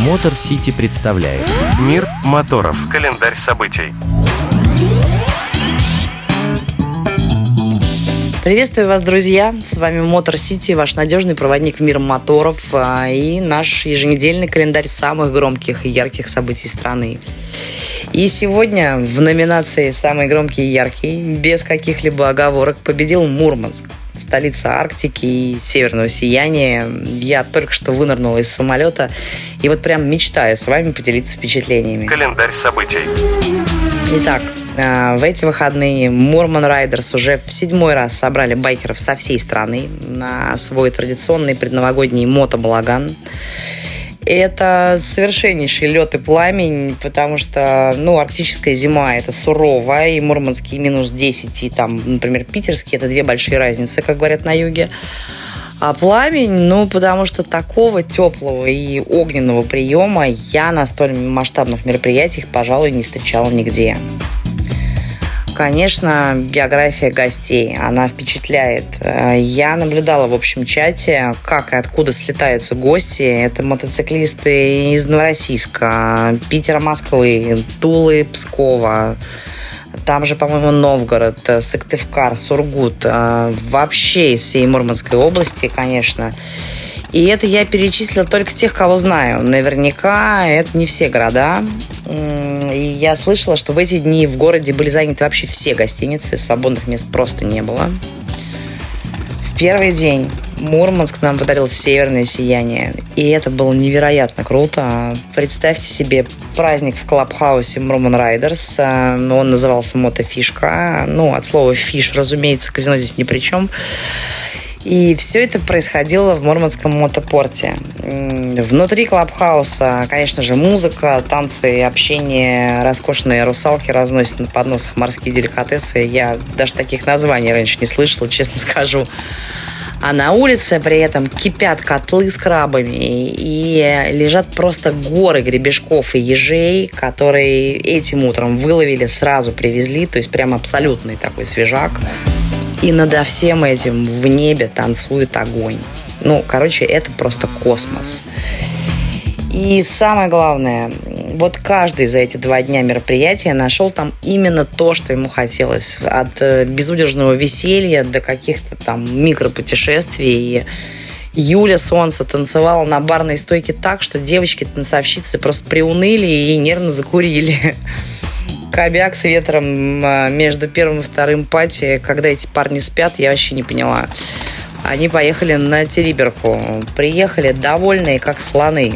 Мотор Сити представляет Мир моторов. Календарь событий. Приветствую вас, друзья! С вами Мотор Сити, ваш надежный проводник в мир моторов и наш еженедельный календарь самых громких и ярких событий страны. И сегодня в номинации «Самые громкие и яркие» без каких-либо оговорок победил Мурманск, столица Арктики и северного сияния. Я только что вынырнула из самолета и вот прям мечтаю с вами поделиться впечатлениями. Календарь событий. Итак, в эти выходные Мурман Райдерс уже в 7-й раз собрали байкеров со всей страны на свой традиционный предновогодний мотобалаган. Это совершеннейший лед и пламень, потому что, арктическая зима – это сурово, и мурманский минус 10, и там, например, питерский – это две большие разницы, как говорят на юге. А пламень, потому что такого теплого и огненного приема я на столь масштабных мероприятиях, пожалуй, не встречала нигде. Конечно, география гостей, она впечатляет. Я наблюдала в общем чате, как и откуда слетаются гости. Это мотоциклисты из Новороссийска, Питера, Москвы, Тулы, Пскова. Там же, по-моему, Новгород, Сыктывкар, Сургут. Вообще из всей Мурманской области, конечно. И это я перечислила только тех, кого знаю. Наверняка это не все города. И я слышала, что в эти дни в городе были заняты вообще все гостиницы. Свободных мест просто не было. В первый день Мурманск нам подарил северное сияние. И это было невероятно круто. Представьте себе праздник в клабхаусе Мурман Райдерс. Он назывался «Мотофишка». От слова «фиш», разумеется, казино здесь ни при чем. И все это происходило в Мурманском мотопорте. Внутри клабхауса, конечно же, музыка, танцы, общение, роскошные русалки разносят на подносах морские деликатесы. Я даже таких названий раньше не слышала, честно скажу. А на улице при этом кипят котлы с крабами и лежат просто горы гребешков и ежей, которые этим утром выловили, сразу привезли, то есть прям абсолютный такой свежак. И над всем этим в небе танцует огонь. Это просто космос. И самое главное, вот каждый за эти 2 дня мероприятия нашел там именно то, что ему хотелось. От безудержного веселья до каких-то там микропутешествий. Юля Солнце танцевала на барной стойке так, что девочки-танцовщицы просто приуныли и нервно закурили. Кобяк с ветром между первым и вторым пати, когда эти парни спят, я вообще не поняла. Они поехали на Териберку. Приехали довольные, как слоны.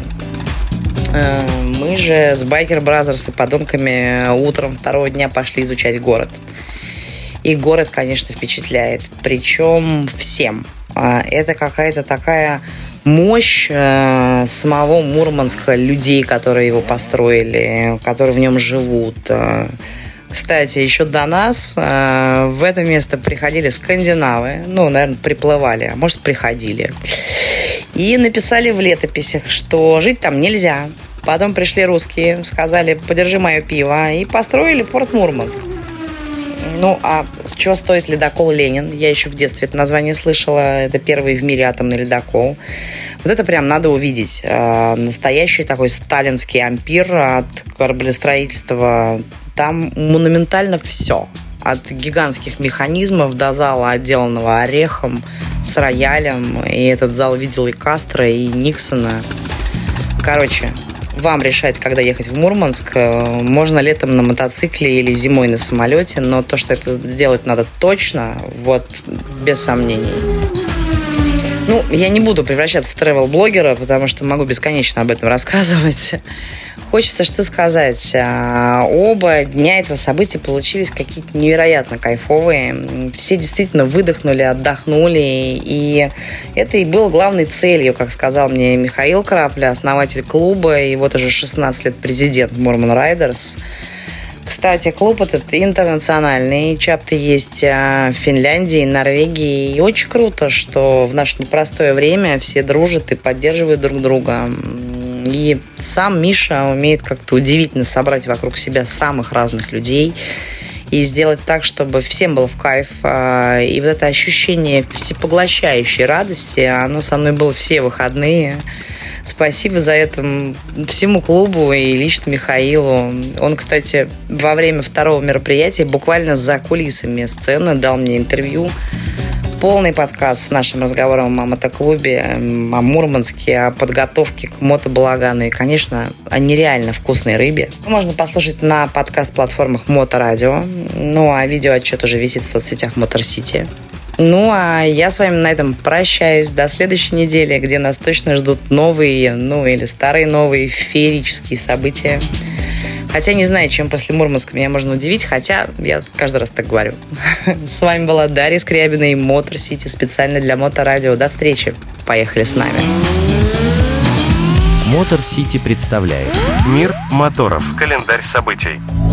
Мы же с Байкер Бразерс и подонками утром второго дня пошли изучать город. И город, конечно, впечатляет. Причем всем. Это какая-то такая мощь самого Мурманска, людей, которые его построили, которые в нем живут. Кстати, еще до нас в это место приходили скандинавы, наверное, приплывали, а может, приходили. И написали в летописях, что жить там нельзя. Потом пришли русские, сказали: подержи мое пиво, и построили порт Мурманск. А чего стоит ледокол «Ленин»? Я еще в детстве это название слышала. Это первый в мире атомный ледокол. Вот это прям надо увидеть. Настоящий такой сталинский ампир от кораблестроительства. Там монументально все. От гигантских механизмов до зала, отделанного орехом, с роялем. И этот зал видел и Кастро, и Никсона. Вам решать, когда ехать в Мурманск. Можно летом на мотоцикле или зимой на самолете, но то, что это сделать надо точно, без сомнений. Я не буду превращаться в тревел-блогера, потому что могу бесконечно об этом рассказывать. Хочется что сказать. Оба дня этого события получились какие-то невероятно кайфовые. Все действительно выдохнули, отдохнули. И это и было главной целью, как сказал мне Михаил Крапля, основатель клуба и вот уже 16 лет президент Мурман Райдерс. Кстати, клуб этот интернациональный. Чапты есть в Финляндии, Норвегии. И очень круто, что в наше непростое время все дружат и поддерживают друг друга. И сам Миша умеет как-то удивительно собрать вокруг себя самых разных людей и сделать так, чтобы всем было в кайф. И вот это ощущение всепоглощающей радости, оно со мной было все выходные. Спасибо за это всему клубу и лично Михаилу. Он, кстати, во время второго мероприятия буквально за кулисами сцены дал мне интервью. Полный подкаст с нашим разговором о мотоклубе, о Мурманске, о подготовке к мотобалагану и, конечно, о нереально вкусной рыбе. Можно послушать на подкаст-платформах Моторадио. Ну, а видеоотчет уже висит в соцсетях Моторсити. Ну, а я с вами на этом прощаюсь до следующей недели, где нас точно ждут новые, или старые новые феерические события. Хотя не знаю, чем после Мурманска меня можно удивить, хотя я каждый раз так говорю. С вами была Дарья Скрябина и Мотор Сити специально для Моторадио. До встречи. Поехали с нами. Мотор Сити представляет Мир моторов. Календарь событий.